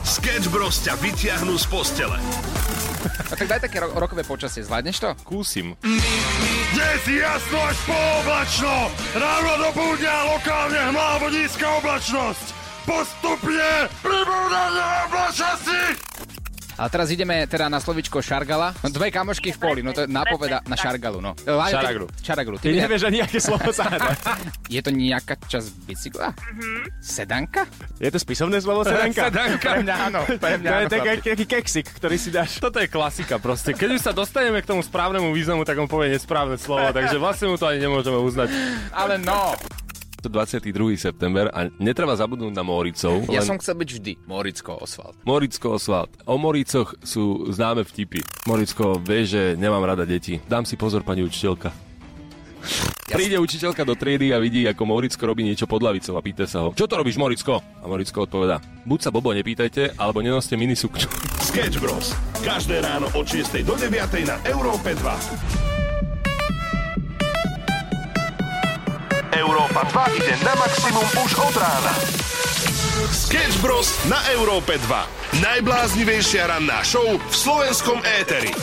Sketch Bros ťa vytiahnu z postele. No tak daj také rokové počasie, zvládneš to? Kúsim. Dnes jasno až pooblačno. Ráno do poludnia lokálne hmlávo nízka oblačnosť. Postupne pribúdanie oblačnosti. A teraz ideme teda na slovíčko šargala. No, dve kamošky v poli, no to je nápoveda na šargalu, no. Šaraglu. Ty nevieš ani, aké slovo sa hľadá. Je to nejaká časť bicykla? Sedanka? Je to spisovné slovo sedanka? Sedanka, pre mňa áno. To je taký keksik, ktorý si dáš. Toto je klasika proste. Keď už sa dostaneme k tomu správnemu významu, tak on povie nesprávne slovo, takže vlastne mu to ani nemôžeme uznať. Ale no. 22. september a netreba zabudnúť na Móricov. Ja som chcel byť vždy Móricko Osvald. Móricko Osvald. O Móricoch sú známe vtipy. Móricko vie, že nemám rada deti. Dám si pozor, pani učiteľka. Príde učiteľka do triedy a vidí, ako Móricko robí niečo pod lavicou a pýta sa ho: čo to robíš, Móricko? A Móricko odpovedá: buď sa Bobo nepýtajte, alebo nenoste minisukňu. Sketch Bros. Každé ráno od 6 do 9 na Európe 2. Európa 2 ide na maximum už od rána. Sketch Bros. Na Európe 2. Najbláznivejšia ranná show v slovenskom éteri.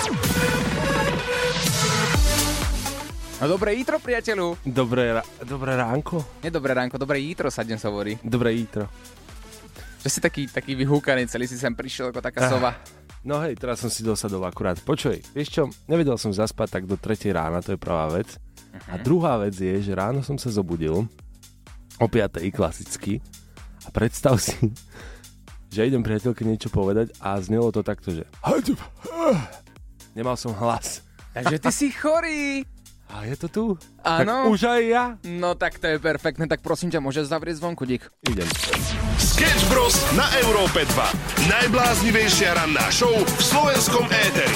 No dobré jítro, priateľu. Dobré ránko. Nedobré ránko, dobré jítro sa dnes hovorí. Dobré jítro. Že si taký vyhúkaný, celý si sem prišiel ako taká sova. No hej, teraz som si dosadol akurát. Počuj, vieš čo, nevedel som zaspať tak do 3 rána, to je prvá vec. A druhá vec je, že ráno som sa zobudil o 5 klasicky a predstav si, že idem priateľke niečo povedať a znelo to takto, že nemal som hlas. Takže ty si chorý. A je to tu? Áno. Tak už aj ja? No tak to je perfektné, tak prosím ťa, môžeš zavrieť zvonku, dík. Idem. Sketch Bros. Na Európe 2. Najbláznivejšia ranná show v slovenskom éteri.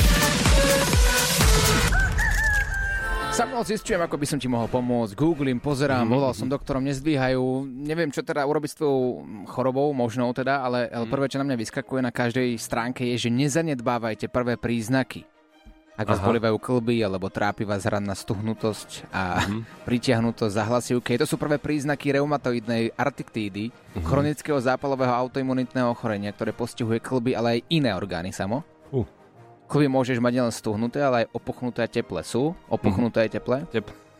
Sam zistujem, ako by som ti mohol pomôcť. Googlím, pozerám, volal som doktorom, nezdvíhajú. Neviem, čo teda urobiť s tou chorobou, možnou teda, ale prvé, čo na mňa vyskakuje na každej stránke je, že nezanedbávajte prvé príznaky. Ak vás bolievajú klby, alebo trápi vás ranná stuhnutosť a pritiahnutosť za hlasivky. To sú prvé príznaky reumatoidnej artiktídy, chronického zápalového autoimunitného ochorenia, ktoré postihuje klby, ale aj iné orgány samo. Klby môžeš mať nielen stuhnuté, ale aj opuchnuté a teplé. Sú opuchnuté a teplé?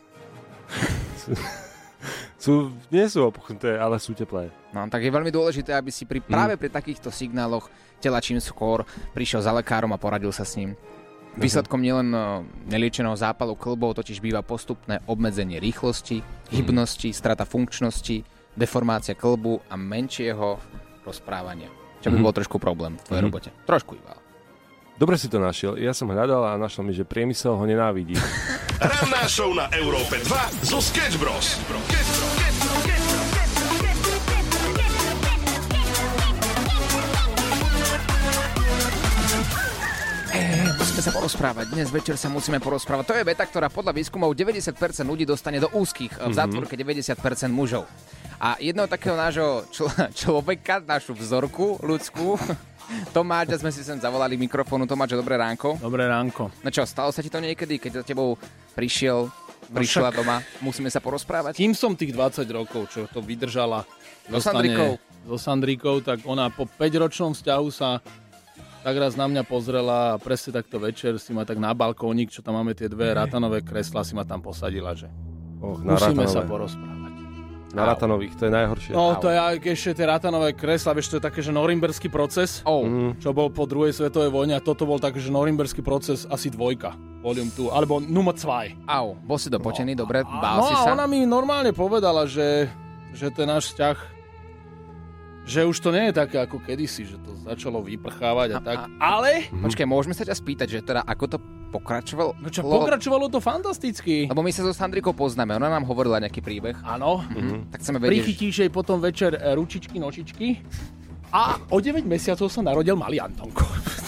Nie sú opuchnuté, ale sú teplé. No, tak je veľmi dôležité, aby si práve pri takýchto signáloch tela čím skôr prišiel za lekárom a poradil sa s ním. Výsledkom nielen neliečeného zápalu klbov totiž býva postupné obmedzenie rýchlosti, hybnosti, strata funkčnosti, deformácia klbu a menšieho rozprávania. Čo by bol trošku problém v tvojej robote. Trošku iba. Dobre si to našiel. Ja som hľadal a našlo mi, že priemysel ho nenávidí. Ranná show na Európe 2 zo Sketch Bros. Musíme sa porozprávať. Dnes večer sa musíme porozprávať. To je veta, ktorá podľa výskumov 90% ľudí dostane do úzkých, v zátvorke 90% mužov. A jedného takého nášho človeka, našu vzorku ľudskú, Tomáča sme si sem zavolali mikrofónu. Tomáč, dobré ránko. Dobré ránko. No čo, stalo sa ti to niekedy, keď za tebou prišla doma? Musíme sa porozprávať? Kým som tých 20 rokov, čo to vydržala so Sandrikou, tak ona po 5-ročnom vzťahu sa tak raz na mňa pozrela a presne takto večer si ma tak na balkónik, čo tam máme tie dve ratanové kreslá, si ma tam posadila, že musíme sa porozprávať. Na ratanových, to je najhoršie. No, to je ešte tie ratanové kresla, vieš, to je také, že norimberský proces, čo bol po druhej svetovej vojne a toto bol také, že norimberský proces asi 2, volume 2, alebo Nummer 2. Au, bol si dopočený, dobre, bál si sa? No a ona mi normálne povedala, že ten náš vzťah, že už to nie je také ako kedysi, že to začalo vyprchávať a tak, ale... Počkaj, môžeme sa ťa spýtať, že teda ako to pokračovalo? No čo, pokračovalo to fantasticky. Lebo my sa so Sandrikou poznáme, ona nám hovorila nejaký príbeh. Áno. Tak chceme vedieť... Prichytíš jej potom večer ručičky, nožičky a o 9 mesiacov sa narodil malý Antonko.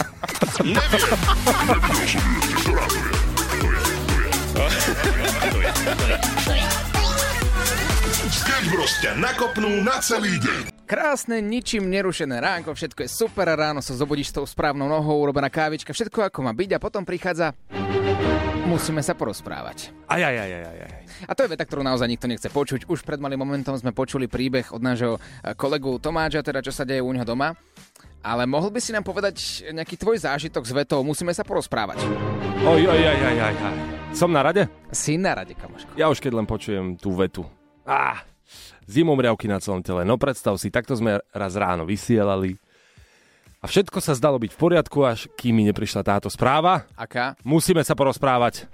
Sketch Bros ťa nakopnú na celý deň. Krásne, ničím nerušené ránko, všetko je super, ráno sa zobudíš s tou správnou nohou, urobená kávička, všetko ako má byť a potom prichádza... Musíme sa porozprávať. A to je veta, ktorú naozaj nikto nechce počuť. Už pred malým momentom sme počuli príbeh od nášho kolegu Tomáča, teda čo sa deje u neho doma. ale mohol by si nám povedať nejaký tvoj zážitok s vetou musíme sa porozprávať. Oj. Som na rade? Si na rade, kamoško. Ja už keď len počujem tú vetu. Zimomriavky na celom tele. No predstav si, takto sme raz ráno vysielali a všetko sa zdalo byť v poriadku, až kým mi neprišla táto správa. Aká? Musíme sa porozprávať.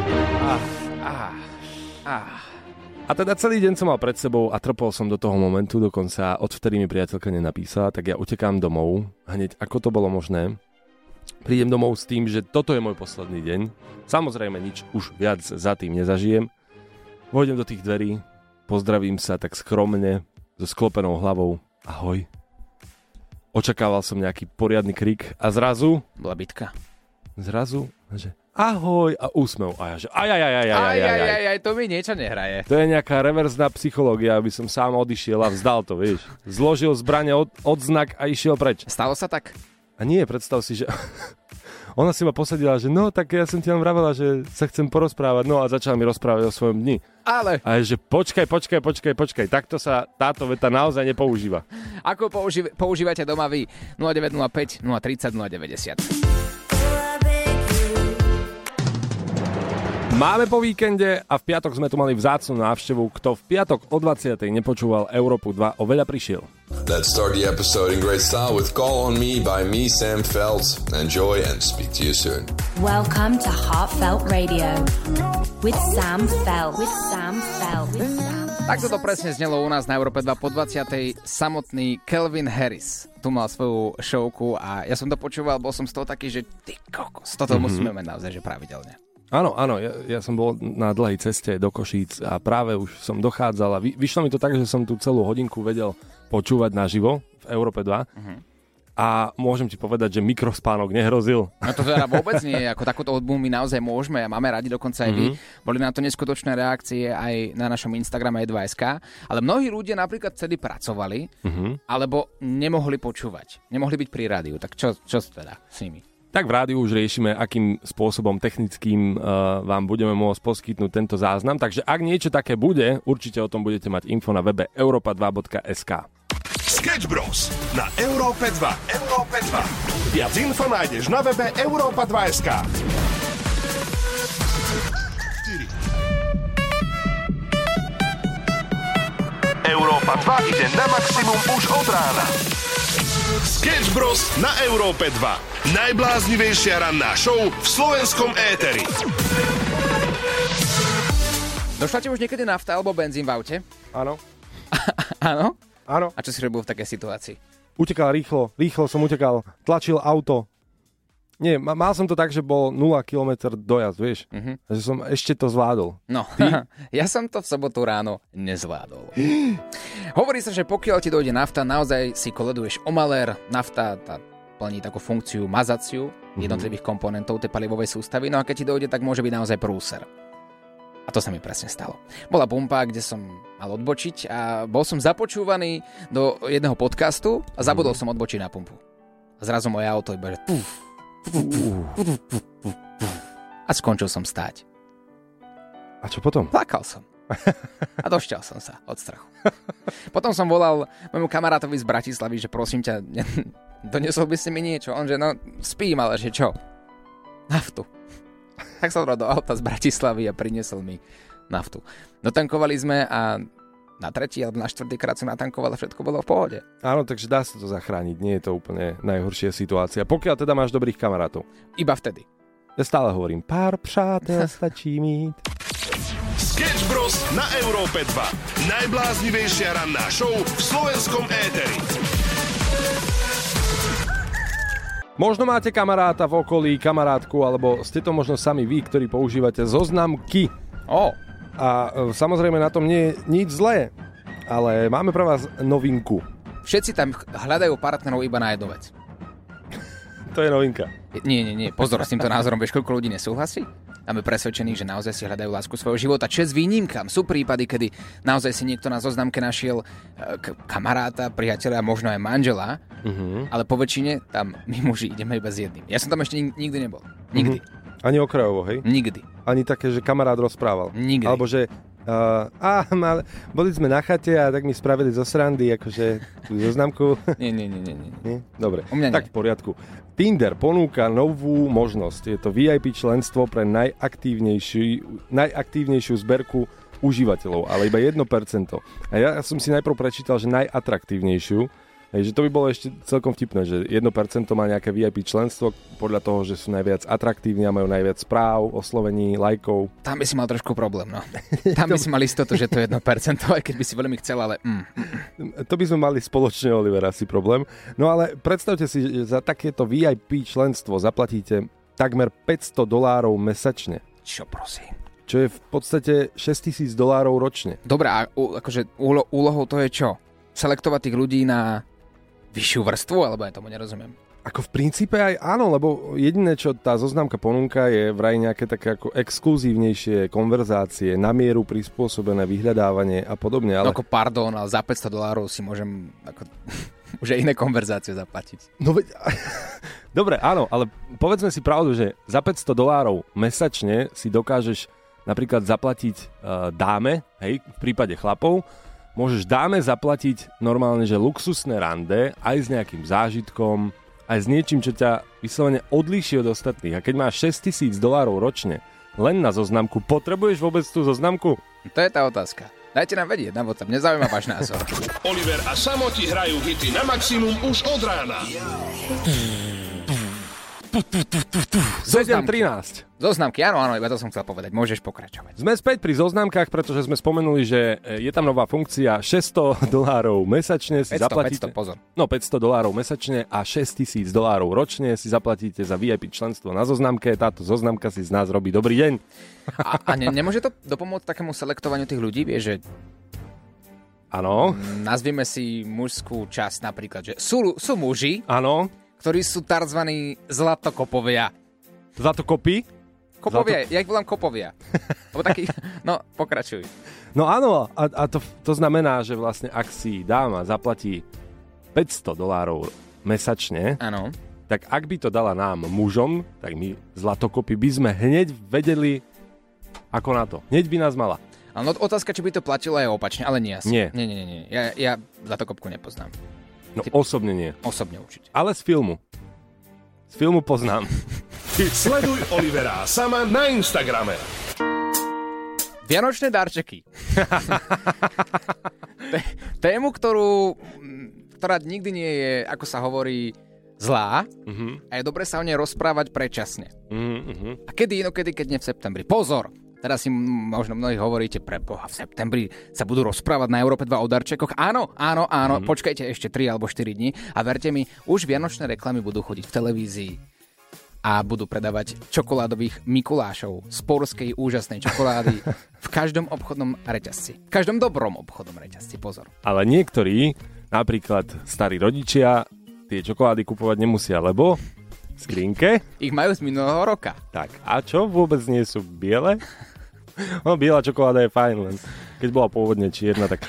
A teda celý deň som mal pred sebou a trpol som do toho momentu, dokonca odvtedy mi priateľka nenapísala, tak ja utekám domov, hneď ako to bolo možné. Prídem domov s tým, že toto je môj posledný deň. Samozrejme nič už viac za tým nezažijem. Vojdem do tých dverí, pozdravím sa tak skromne, so sklopenou hlavou. Ahoj. Očakával som nejaký poriadny krik a zrazu... Bola bitka. Zrazu, že ahoj a úsmev. A ja že aj, to mi niečo nehraje. To je nejaká reverzná psychológia, aby som sám odišiel a vzdal to, vieš. Zložil zbrane odznak a išiel preč. Stalo sa tak? A nie, predstav si, že... Ona si ma posadila, že no, tak ja som ti len vravela, že sa chcem porozprávať, no a začala mi rozprávať o svojom dni. Ale... A je, že počkaj, takto sa táto veta naozaj nepoužíva. Ako používate doma vy? 0905 030 090. Máme po víkende a v piatok sme tu mali vzácnu návštevu. Kto v piatok o 20. nepočúval Európu 2, oveľa prišiel. Let's start the episode in great style with Call on Me by me, Sam Feldt. Enjoy and speak to you soon. Welcome to Heartfelt Radio with Sam Feldt. Takto to presne znelo u nás na Európe 2 po 20. Samotný Calvin Harris tu mal svoju showku a ja som to počúval, bol som z toho taký, že ty kokos, toto musíme mať naozaj, že pravidelne. Áno, ja som bol na dlhej ceste do Košíc a práve už som dochádzal a vyšlo mi to tak, že som tú celú hodinku vedel počúvať naživo v Európe 2 a môžem ti povedať, že mikrospánok nehrozil. No to teda vôbec nie, ako takúto hudbu my naozaj môžeme a máme radi, dokonca aj vy. Boli na to neskutočné reakcie aj na našom Instagrame E2SK, ale mnohí ľudia napríklad vtedy pracovali alebo nemohli počúvať, nemohli byť pri rádiu, tak čo teda s nimi? Tak v rádiu už riešime, akým spôsobom technickým vám budeme môcť poskytnúť tento záznam. Takže ak niečo také bude, určite o tom budete mať info na webe europa2.sk. Sketch Bros. Na Európe 2. Viac info nájdeš na webe europa2.sk. Európa 2 ide na maximum už od rána. Sketch Bros. Na Európe 2. Najbláznivejšia ranná show v slovenskom éteri. Došla ti už niekedy nafta alebo benzín v aute? Áno. Áno? Áno. A čo si robil v takej situácii? Utekal rýchlo som utekal, tlačil auto. Nie, mal som to tak, že bol 0 km dojazd, vieš. Že som ešte to zvládol. No, ja som to v sobotu ráno nezvládol. Hovorí sa, že pokiaľ ti dojde nafta, naozaj si koleduješ o malér. Nafta plní takú funkciu mazaciu jednotlivých komponentov tej palivovej sústavy. No a keď ti dojde, tak môže byť naozaj prúser. A to sa mi presne stalo. Bola pumpa, kde som mal odbočiť a bol som započúvaný do jedného podcastu a zabudol som odbočiť na pumpu. A zrazu moje auto iba, že a skončil som stáť. A čo potom? Plakal som. A došťal som sa od strachu. Potom som volal môjmu kamarátovi z Bratislavy, že prosím ťa, doniesol by si mi niečo. On že no spím, ale že čo? Naftu. Tak som do auta z Bratislavy a priniesol mi naftu. Dotankovali sme a na tretí alebo na štvrtý krát som natankoval a všetko bolo v pohode. Áno, takže dá sa to zachrániť. Nie je to úplne najhoršia situácia. Pokiaľ teda máš dobrých kamarátov. Iba vtedy. Ja stále hovorím, pár přátel stačí mít. Sketch Bros. Na Európe 2. Najbláznivejšia ranná show v slovenskom éteri. Možno máte kamaráta v okolí, kamarátku, alebo ste to možno sami vy, ktorí používate zoznamky. A samozrejme na tom nie je nič zlé, ale máme pre vás novinku. Všetci tam hľadajú partnerov iba na jednu vec. To je novinka. Nie. Pozor, s týmto názorom, vieš, koľko ľudí nesúhlasí? Máme presvedčení, že naozaj si hľadajú lásku svojho života. Čes výnimkám. Sú prípady, kedy naozaj si niekto na zoznamke našiel kamaráta, priateľa, možno aj manžela, ale po väčšine tam my muži ideme iba s jedným. Ja som tam ešte nikdy nebol. Nikdy. Ani okrajovo, hej? Nikdy. Ani také, že kamarát rozprával. Nikdy. Alebo že Boli sme na chate a tak mi spravili zo srandy, akože tú zoznamku. Nie. Dobre, U mňa tak v poriadku. Tinder ponúka novú možnosť. Je to VIP členstvo pre najaktívnejšiu zberku užívateľov, ale iba 1%. A ja som si najprv prečítal, že najatraktívnejšiu. Že to by bolo ešte celkom vtipné, že 1% má nejaké VIP členstvo podľa toho, že sú najviac atraktívni a majú najviac správ, oslovení, lajkov. Tam by si mal trošku problém, no. Tam by si mal istotu, že to je 1%, aj keď by si veľmi chcel, ale... To by sme mali spoločne, Oliver, asi problém. No ale predstavte si, že za takéto VIP členstvo zaplatíte takmer $500 mesačne. Čo prosím? Čo je v podstate $6,000 ročne. Dobre, a akože úlohou to je čo? Selektovať tých ľudí na vyššiu vrstvu, alebo ja tomu nerozumiem. Ako v princípe aj áno, lebo jediné, čo tá zoznamka ponúka, je vraj nejaké také ako exkluzívnejšie konverzácie, na mieru prispôsobené vyhľadávanie a podobne. Ale... No ako pardon, ale za $500 si môžem ako, už aj iné konverzácie zaplatiť. No veď... Dobre, áno, ale povedzme si pravdu, že za $500 mesačne si dokážeš napríklad zaplatiť dáme, hej, v prípade chlapov, môžeš dáme zaplatiť normálne, že luxusné rande, aj s nejakým zážitkom, aj s niečím, čo ťa vyslovene odlíši od ostatných. A keď máš $6,000 ročne len na zoznamku, potrebuješ vôbec tú zoznamku? To je tá otázka. Dajte nám vedieť na WhatsApp, nezaujíma váš názor. Oliver a Samo ti hrajú hity na maximum už od rána. 7:13. Zoznamky, áno, iba to som chcel povedať. Môžeš pokračovať. Sme späť pri zoznamkách, pretože sme spomenuli, že je tam nová funkcia $600 mesačne si 500, zaplatíte. 500, pozor. No, $500 mesačne a $6,000 ročne si zaplatíte za VIP členstvo na zoznamke. Táto zoznamka si z nás robí dobrý deň. A nemôže to dopomôcť takému selektovaniu tých ľudí? Vieš, že... Áno. Nazvime si mužskú časť napríklad, že sú muži, Áno. ktorí sú tzv. Zlatokopovia. Zlatokopy? Kopovia, ja ich volám kopovia. Lebo taký, no, pokračuj. No áno, a to znamená, že vlastne ak si dáma zaplatí $500 mesačne, áno, tak ak by to dala nám mužom, tak my zlatokopy by sme hneď vedeli, ako na to. Hneď by nás mala. Ale otázka, či by to platilo aj opačne, ale nie asi. Nie. Nie. Ja zlatokopku nepoznám. No osobne nie. Osobne určite. Ale z filmu. Z filmu poznám. Sleduj Olivera a Sama na Instagrame. Vianočné darčeky. Tému, ktorá nikdy nie je, ako sa hovorí, zlá a je dobre sa o nej rozprávať predčasne. A kedy inokedy, keď nie v septembri. Pozor! Teraz si možno mnohí hovoríte, preboha, v septembri sa budú rozprávať na Európe 2 o darčekoch. Áno, počkajte ešte 3 alebo 4 dní a verte mi, už vianočné reklamy budú chodiť v televízii a budú predávať čokoládových Mikulášov z polskej úžasnej čokolády v každom obchodnom reťazci. V každom dobrom obchodnom reťazci, pozor. Ale niektorí, napríklad starí rodičia, tie čokolády kupovať nemusia, lebo v skrinke ich majú z minulého roka. Tak, a čo? Vôbec nie sú biele? No, biela čokoláda je fajn, len keď bola pôvodne čierna, tak...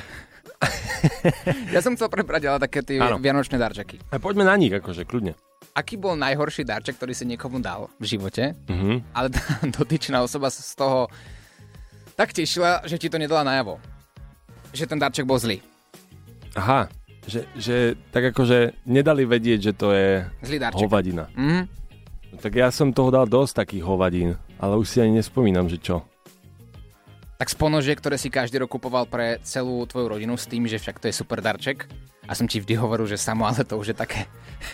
Ja som chcel prebrať ale také tie vianočné darčeky. A poďme na nich, akože, kľudne. Aký bol najhorší darček, ktorý si niekomu dal v živote, ale tá dotyčná osoba sa z toho tak tešila, že ti to nedala najavo. Že ten darček bol zlý. Aha, že tak akože nedali vedieť, že to je zlý darček. Hovadina. No, tak ja som toho dal dosť takých hovadín, ale už si ani nespomínam, že čo. Tak z ponožiek, ktoré si každý rok kupoval pre celú tvoju rodinu s tým, že však to je super darček. A som ti vždy hovoril, že Samo, ale to už je také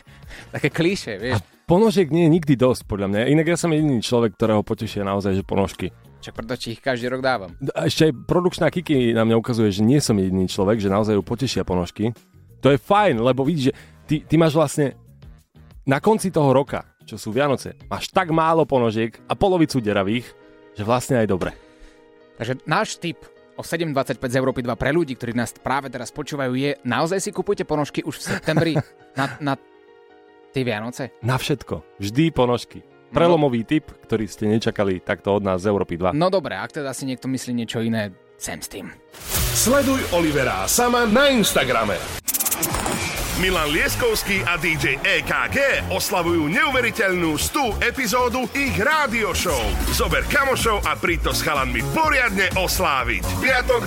klíše, vieš. A ponožiek nie je nikdy dosť, podľa mňa. Inak ja som jediný človek, ktorého potešia naozaj, že ponožky. Čak preto ti ich každý rok dávam. A ešte aj produkčná Kiki na mňa ukazuje, že nie som jediný človek, že naozaj ju potešia ponožky. To je fajn, lebo vidíš, že ty máš vlastne na konci toho roka, čo sú Vianoce, máš tak málo ponožiek a polovicu deravých, že vlastne aj dobre. Takže náš tip o 7,25 z Európy 2 pre ľudí, ktorí nás práve teraz počúvajú, je naozaj si kupujte ponožky už v septembri na tie Vianoce? Na všetko. Vždy ponožky. Prelomový tip, ktorý ste nečakali takto od nás z Európy 2. No dobre, ak teda si niekto myslí niečo iné, sem s tým. Sleduj Olivera a Sama na Instagrame. Milan Lieskovský a DJ EKG oslavujú neuveriteľnú 100. epizódu ich rádio show. Zober kamošov a príď to s chalanmi poriadne osláviť. Piatok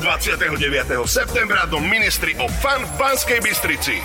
29. septembra do Ministry of Fun v Banskej Bystrici.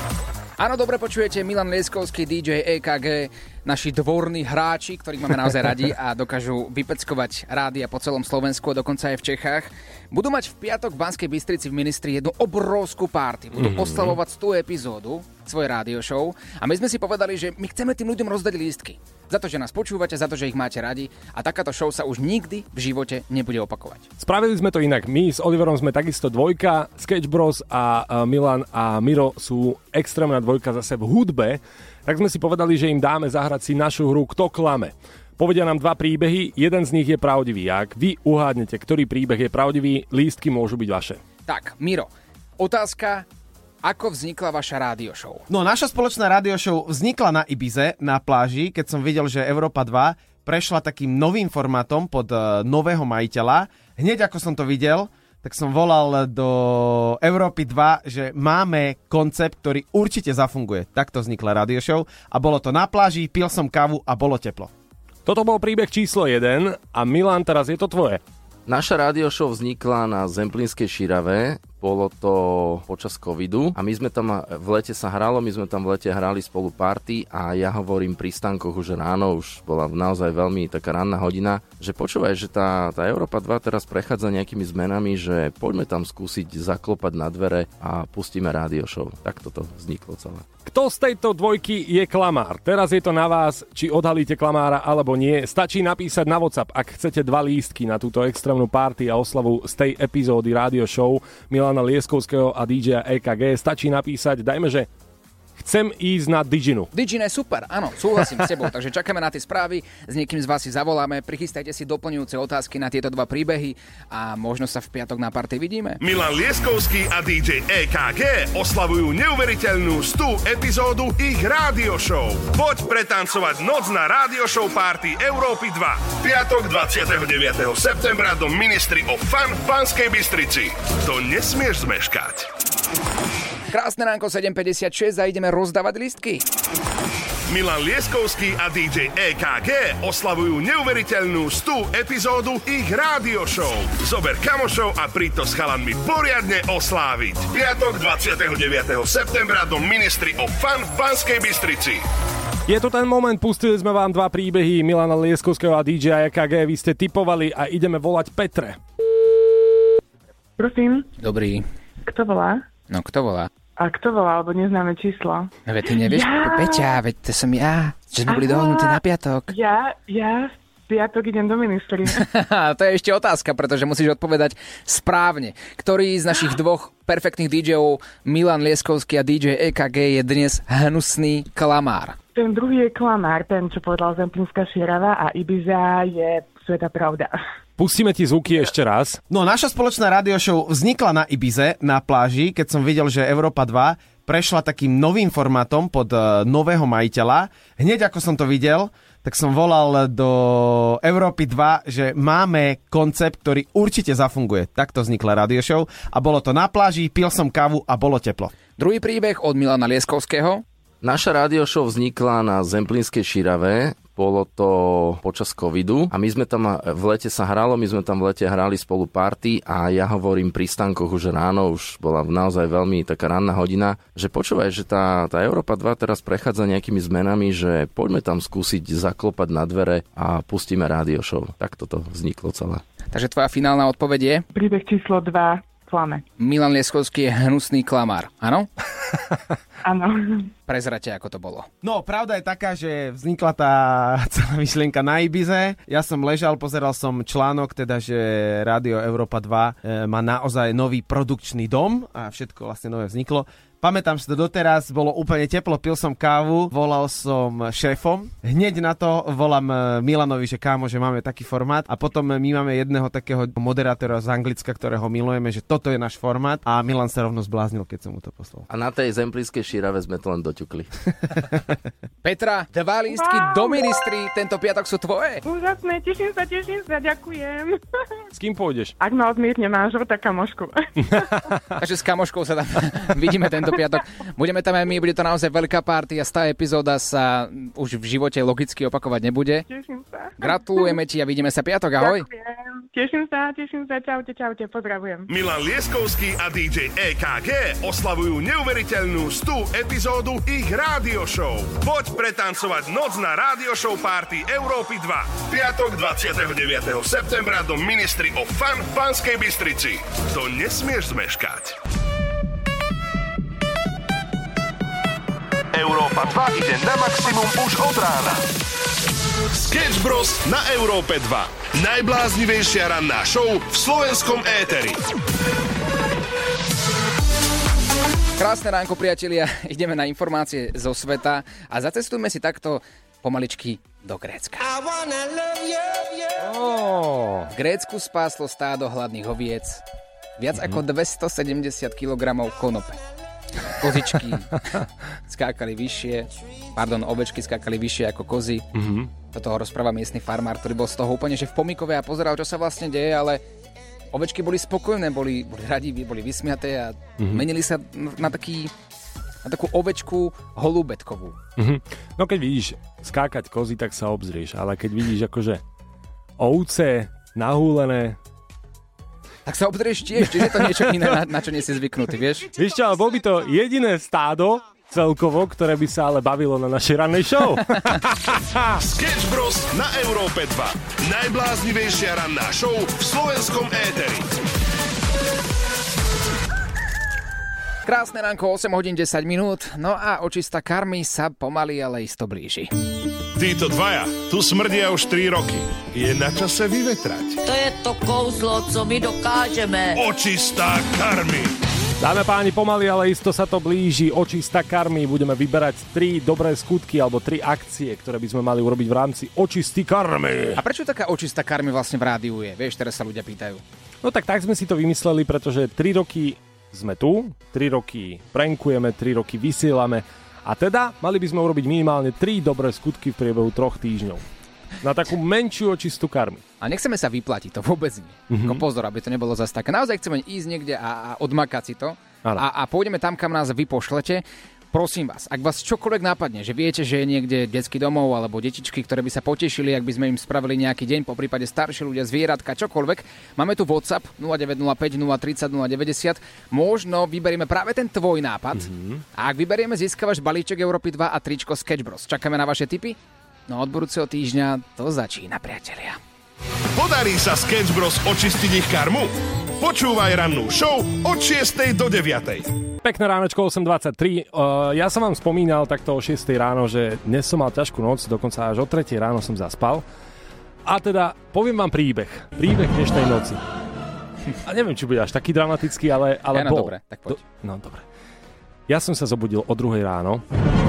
Áno, dobre počujete, Milan Lieskovský, DJ EKG, naši dvorní hráči, ktorých máme naozaj radi a dokážu vypeckovať rádia po celom Slovensku a dokonca aj v Čechách. Budú mať v piatok v Banskej Bystrici v Ministri jednu obrovskú party. Budú oslavovať 100 epizódu svojej rádio show a my sme si povedali, že my chceme tým ľuďom rozdať lístky. Za to, že nás počúvate, za to, že ich máte radi a takáto show sa už nikdy v živote nebude opakovať. Spravili sme to inak. My s Oliverom sme takisto dvojka, Sketch Bros a Milan a Miro sú extrémna dvojka zase v hudbe, tak sme si povedali, že im dáme zahrať si našu hru Kto klame. Povedia nám 2 príbehy, jeden z nich je pravdivý. Ak vy uhádnete, ktorý príbeh je pravdivý, lístky môžu byť vaše. Tak, Miro, otázka, ako vznikla vaša rádio show? No, naša spoločná rádio show vznikla na Ibize, na pláži, keď som videl, že Európa 2 prešla takým novým formátom pod nového majiteľa. Hneď ako som to videl, tak som volal do Európy 2, že máme koncept, ktorý určite zafunguje. Takto vznikla rádio show a bolo to na pláži, pil som kávu a bolo teplo. Toto bol príbeh číslo 1 a Milan, teraz je to tvoje. Naša rádio show vznikla na Zemplínskej Širave, bolo to počas covidu a my sme tam v lete sa hralo, my sme tam v lete hrali spolu party a ja hovorím pri stánkoch už ráno, už bola naozaj veľmi taká ranná hodina, že počúvaj, že tá Európa 2 teraz prechádza nejakými zmenami, že poďme tam skúsiť zaklopať na dvere a pustíme rádio show. Tak toto vzniklo celé. Kto z tejto dvojky je klamár? Teraz je to na vás, či odhalíte klamára alebo nie. Stačí napísať na WhatsApp, ak chcete 2 lístky na túto extrémnu party a oslavu z tej epizódy rádio show Milana Lieskovského a DJ EKG. Stačí napísať, dajme, že chcem ísť na Diginu. Digina je super, áno, súhlasím s tebou, takže čakáme na tie správy, s niekým z vás si zavoláme, prichystajte si doplňujúce otázky na tieto 2 príbehy a možno sa v piatok na party vidíme. Milan Lieskovský a DJ EKG oslavujú neuveriteľnú 100. epizódu ich rádio show. Poď pretancovať noc na rádio show party Európy 2. Piatok 29. septembra do Ministry of Fun v Banskej Bystrici. To nesmieš zmeškať. Krásne ránko, 7.56 a ideme rozdávať lístky. Milan Lieskovský a DJ EKG oslavujú neuveriteľnú 100. epizódu ich rádio show. Zober kamošov a príď to s chalanmi poriadne osláviť. Piatok 29. septembra do Ministry of Fun v Banskej Bystrici. Je to ten moment, pustili sme vám 2 príbehy Milana Lieskovského a DJ EKG, vy ste tipovali a ideme volať Petre. Prosím. Dobrý. Kto volá? No, kto volá? A kto volá, alebo neznáme číslo? Veď ty nevieš, Peťa, veď to som ja, že sme boli dohodnutí na piatok. Ja v piatok idem do Ministry. To je ešte otázka, pretože musíš odpovedať správne. Ktorý z našich 2 perfektných DJov, Milan Lieskovský a DJ EKG, je dnes hnusný klamár? Ten druhý je klamár, ten, čo povedal Zemplínska Širava a Ibiza je sveta pravda. Pustíme ti zvuky ešte raz. No, naša spoločná rádio show vznikla na Ibize, na pláži, keď som videl, že Európa 2 prešla takým novým formátom pod nového majiteľa. Hneď ako som to videl, tak som volal do Európy 2, že máme koncept, ktorý určite zafunguje. Takto vznikla rádio show a bolo to na pláži, pil som kávu a bolo teplo. Druhý príbeh od Milana Lieskovského. Naša rádio show vznikla na Zemplínskej Širave, bolo to počas covidu a my sme tam v lete sa hralo, my sme tam v lete hrali spolu party a ja hovorím pri stánkoch už ráno, už bola naozaj veľmi taká ranná hodina, že počúvaj, že tá Európa 2 teraz prechádza nejakými zmenami, že poďme tam skúsiť zaklopať na dvere a pustíme rádio show. Tak toto vzniklo celé. Takže tvoja finálna odpoveď je? Príbeh číslo 2, klame. Milan Lieskovský je hnusný klamár, áno? Áno. Prezrate, ako to bolo. No, pravda je taká, že vznikla tá celá myšlienka na Ibize. Ja som ležal, pozeral som článok, teda, že Rádio Európa 2 má naozaj nový produkčný dom a všetko vlastne nové vzniklo. Pamätám si to doteraz, bolo úplne teplo, pil som kávu, volal som šéfom. Hneď na to volám Milanovi, že kámo, že máme taký formát a potom my máme jedného takého moderátora z Anglicka, ktorého milujeme, že toto je náš formát a Milan sa rovno zbláznil, keď som mu to poslal. A na tej Zemplínskej Širave sme to len doťukli. Petra, 2 lístky do Ministry, tento piatok sú tvoje. Úžasné, teším sa, ďakujem. S kým pôjdeš? Ak ma odmietne manžel, tak kamošku. Takže s kamoškou sa tam vidíme tento piatok. Budeme tam aj my, bude to naozaj veľká party a 100 epizóda sa už v živote logicky opakovať nebude. Teším sa. Gratulujeme ti a vidíme sa piatok, ahoj. Ďakujem. Teším sa, čaute, pozdravujem. Milan Lieskovský a DJ EKG oslavujú neuveriteľnú 100 epizódu ich rádio show. Poď pretancovať noc na rádio show party Európy 2. Piatok 29. septembra do Ministry of Fun v Banskej Bystrici. To nesmieš zmeškať. Európa 2 ide na maximum už od rána. Sketch Bros na Európe 2. Najbláznivejšia ranná show v slovenskom éteri. Krásne ránko, priatelia. Ideme na informácie zo sveta a zacestujme si takto pomaličky do Grécka. V Grécku spáslo stádo hladných oviec viac ako 270 kg konope. Kozičky skákali vyššie, ovečky skákali vyššie ako kozy. Toto rozpráva miestny farmár, ktorý bol z toho úplne že v pomykove a pozeral, čo sa vlastne deje, ale ovečky boli spokojné, boli radi, boli vysmiaté a menili sa na takú ovečku holúbetkovú. No keď vidíš skákať kozy, tak sa obzrieš, ale keď vidíš akože ovce nahúlené, tak sa obzrieš tiež, čiže je to niečo iné, na čo nie si zvyknutý, vieš? Vieš čo, ale bol by to jediné stádo celkovo, ktoré by sa ale bavilo na našej rannej show. Sketch Bros na Európe 2. Najbláznivejšia ranná show v slovenskom éteri. Krásne ránko, 8 hodín 10 minút, no a očista karmy sa pomaly, ale isto blíži. Títo dvaja tu smrdia už 3 roky. Je na čase vyvetrať. To je to kouzlo, co my dokážeme. Očistá karmy. Dáme páni, pomaly, ale isto sa to blíži. Očista karmy. Budeme vyberať 3 dobré skutky alebo 3 akcie, ktoré by sme mali urobiť v rámci očisty karmy. A prečo taká očista karmy vlastne v rádiu je? Vieš, teraz sa ľudia pýtajú. No tak sme si to vymysleli, pretože 3 roky sme tu, 3 roky prankujeme, 3 roky vysielame a teda mali by sme urobiť minimálne 3 dobré skutky v priebehu 3 týždňov. Na takú menšiu očistú karmy. A nechceme sa vyplatiť, to vôbec nie. Pozor, aby to nebolo zase také. Naozaj chceme ísť niekde a odmakať si to a pôjdeme tam, kam nás vy pošlete. Prosím vás, ak vás čokoľvek nápadne, že viete, že je niekde detský domov alebo detičky, ktoré by sa potešili, ak by sme im spravili nejaký deň, poprípade starší ľudia, zvieratka, čokoľvek, máme tu WhatsApp 0905 030 090. Možno vyberieme práve ten tvoj nápad. A ak vyberieme, získavaš balíček Európy 2 a tričko Sketch Bros. Čakáme na vaše tipy. No od budúceho týždňa to začína, priatelia. Podarí sa Sketch Bros očistiť ich karmu? Počúvaj rannú show od 6. do 9. Pekné ránečko, 8.23. Ja som vám spomínal takto o 6 ráno, že dnes som mal ťažkú noc, dokonca až o 3 ráno som zaspal. A teda poviem vám príbeh dnešnej noci. A neviem, či bude až taký dramatický, ale bol. Dobre, tak poď. No, dobre. Ja som sa zobudil o 2 ráno.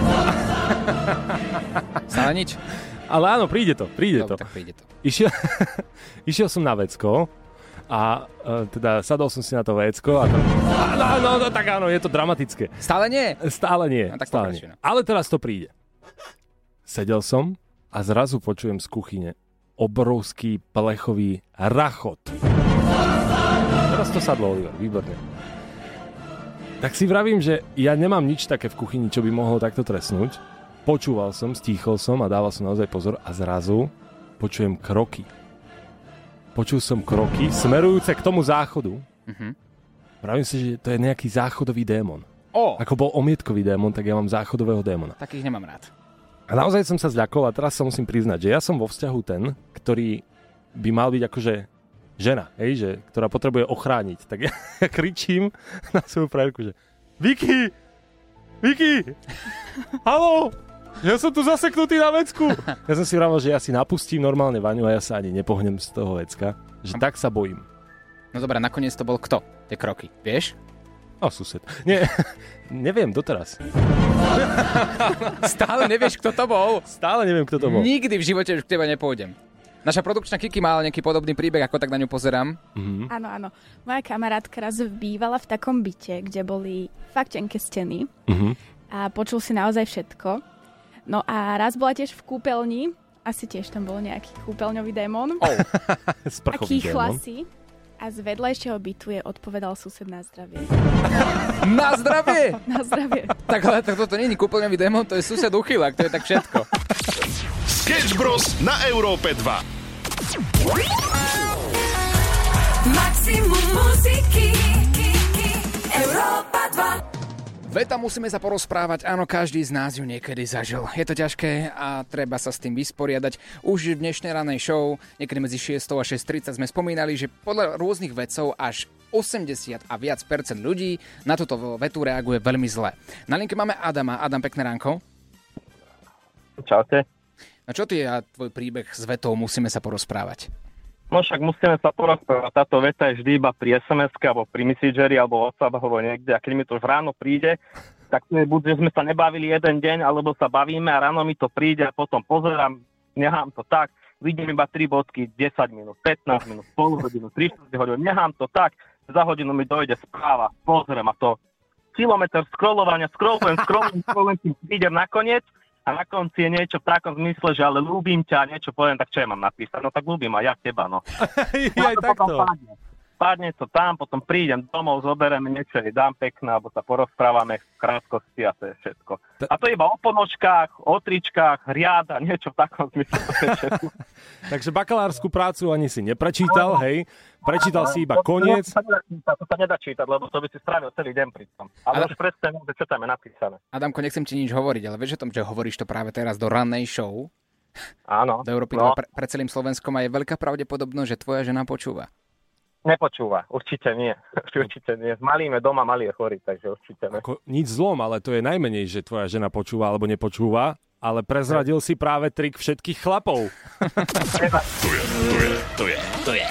Stále nič? Ale áno, príde to. Tak príde to. Išiel som na vecko a teda sadol som si na to vécko a tak áno, je to dramatické. Stále nie? Stále nie. No, tak stále nie. Ale teraz to príde. Sedel som a zrazu počujem z kuchyne obrovský plechový rachot. Teraz to sadlo, Oliver, výborne. Tak si vravím, že ja nemám nič také v kuchyni, čo by mohlo takto trestnúť. Počúval som, stíchol som a dával som naozaj pozor a zrazu počujem kroky. Počul som kroky smerujúce k tomu záchodu. Vravím si, že to je nejaký záchodový démon. Ako bol omietkový démon, tak ja mám záchodového démona. Takých nemám rád. A naozaj som sa zľakol a teraz sa musím priznať, že ja som vo vzťahu ten, ktorý by mal byť akože žena, ktorá potrebuje ochrániť. Tak ja kričím na svoju frajerku, že Vicky! Haló! Ja som tu zaseknutý na vecku. Ja som si vravil, že ja si napustím normálne vaňu a ja sa ani nepohnem z toho vecka. Že tak sa bojím. No dobré, nakoniec to bol kto? Tie kroky, vieš? Sused. Nie, neviem doteraz. Stále nevieš, kto to bol? Stále neviem, kto to bol. Nikdy v živote už k teba nepôjdem. Naša produkčná Kiki má nejaký podobný príbeh, ako tak na ňu pozerám. Áno. Moja kamarátka raz bývala v takom byte, kde boli fakt tenké steny a počul si naozaj všetko. No a raz bola tiež v kúpeľni Asi tiež tam bol nejaký kúpeľňový démon. A Sprchový kýchla démon. si. A z vedľajšieho bytu je odpovedal sused na zdravie. Na zdravie! Na zdravie. Tak ale toto nie je kúpeľňový démon, to je sused uchylák, to je tak všetko. Sketch Bros. Na Európe 2. Maximum muziky Európa 2. Veta, musíme sa porozprávať, áno, každý z nás ju niekedy zažil. Je to ťažké a treba sa s tým vysporiadať. Už v dnešnej ranej show, niekedy medzi 6 a 6:30 sme spomínali, že podľa rôznych vedcov až 80 a viac percent ľudí na túto vetu reaguje veľmi zle. Na linke máme Adama. Adam, pekné ránko. Čaute. A čo ty a tvoj príbeh s vetou musíme sa porozprávať? No však musíme sa porozprávať. Táto veta je vždy iba pri SMS-ke, alebo pri Messengeri, alebo WhatsApp, alebo niekde. A keď mi to už ráno príde, tak to je buď, že sme sa nebavili jeden deň, alebo sa bavíme a ráno mi to príde a potom pozerám, nechám to tak, vidím iba 3 bodky, 10 minút, 15 minút, pol hodinu, 3 hodinu, nechám to tak, za hodinu mi dojde správa, pozriem a to kilometr scrollovania, scrollujem, kým idem nakoniec. A na konci je niečo v takom zmysle, že ale ľúbim ťa a niečo poviem, tak čo ja mám napísať? No tak ľúbim aj ja teba, no. Aj takto. Padne to tam, potom prídem domov, zoberieme niečo, jej dám pekné, alebo sa porozprávame v krátkosti a to je všetko. A to iba o ponožkách, o tričkách, riada, niečo v takom zmysle, to je všetko. Takže bakalárskú prácu ani si neprečítal, hej? Prečítal si iba koniec. To sa nedá čítať, lebo to by si strávil celý deň pri tom. Ale už predstavím, čo tam je napísané. Adamko, nechcem ti nič hovoriť, ale vieš o tom, že hovoríš to práve teraz do rannej show? Áno. Do Európy no. pre celým Slovenskom a je veľká pravdepodobnosť, že tvoja žena počúva. Nepočúva, určite nie. Určite nie. Malý je doma, malý je chorý, takže určite nie. Nič zlom, ale to je najmenej, že tvoja žena počúva alebo nepočúva, ale prezradil si práve trik všetkých chlapov. To je.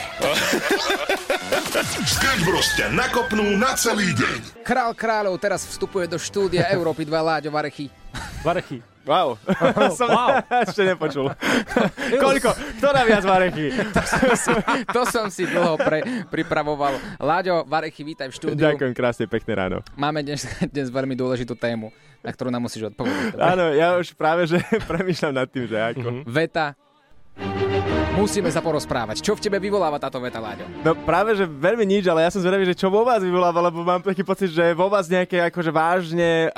Sketch Bros ťa nakopnú na celý deň. Král kráľov teraz vstupuje do štúdia Európy 2, Láďo Varechy. Varechy. Wow. Som ešte nepočul. Koľko? Kto dá viac Varechy? To som si dlho pripravoval. Láďo Varechy, vítaj v štúdiu. Ďakujem krásne, pekné ráno. Máme dnes veľmi dôležitú tému, na ktorú nám musíš odpovedať. Áno, ja už práve, že premýšľam nad tým, že ako. Veta. Musíme sa porozprávať. Čo v tebe vyvoláva táto veta, Láďo? No práve, že veľmi nič, ale ja som zvedavý, že čo vo vás vyvoláva, lebo mám taký pocit, že vo vás nejaké akože vážne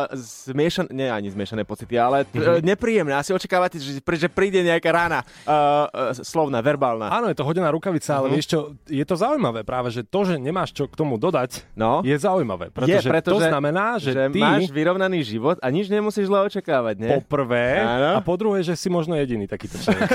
zmiešané pocity, ale nepríjemné. Asi očakávate, že príde nejaká rána slovná, verbálna. Áno, je to hodená rukavica, ale vieš čo, je to zaujímavé práve, že to, že nemáš čo k tomu dodať, je zaujímavé. Pretože to znamená, že ty máš vyrovnaný život a nič nemusíš zle očakávať, nie? Po prvé, a po druhé, že si možno jediný takýto človek.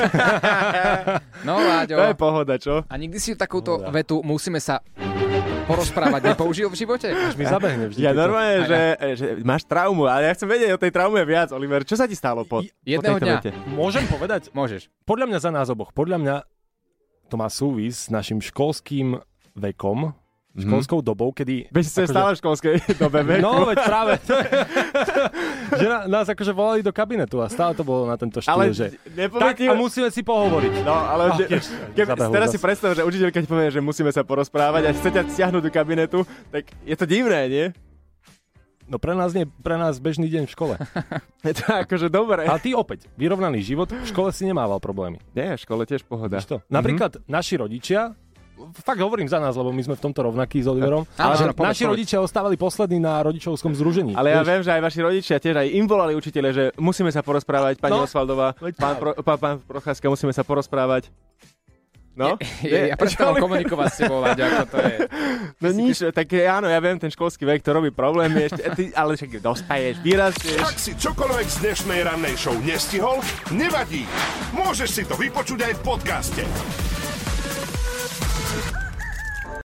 No, Láďo. To je pohoda, čo? A nikdy si takúto vetu musíme sa porozprávať nepoužil v živote? Až mi zabehne vždy. Ja normálne, že máš traumu, ale ja chcem vedieť o tej traume viac, Oliver. Čo sa ti stalo po jedného dňa? Vete? Môžem povedať? Môžeš. Podľa mňa za nás oboch. Podľa mňa to má súvis s našim školským vekom, školskou dobou, kedy... Veď ste stále v školskej dobe veku. No, veď práve. Že nás akože volali do kabinetu a stále to bolo na tento štýl, ale že tak a musíme si pohovoriť. No, ale teraz si predstav, že učiteľ, keď povie, že musíme sa porozprávať a chce ťa stiahnuť do kabinetu, tak je to divné, nie? No pre nás bežný deň v škole. Je to akože dobré. Ale ty opäť, vyrovnaný život, v škole si nemával problémy. Nie, v škole tiež pohoda. Napríklad naši rodičia, fakt hovorím za nás, lebo my sme v tomto rovnakí s Oliverom, ale naši rodičia ostávali poslední na rodičovskom združení. Ale ja viem, že aj vaši rodičia tiež aj im volali učiteľe, že musíme sa porozprávať, pani Osvaldová, pán Procházka, musíme sa porozprávať. No? Ja prestávam komunikovať s tebou, Láďo, ako to je. No nič, tak áno, ja viem, ten školský vek, to robí problémy ešte, ale však dospaješ, vyrastieš. Ak si čokoľvek z dnešnej rannej show nestihol, nevadí. Môžeš si to vypočuť aj v podcaste.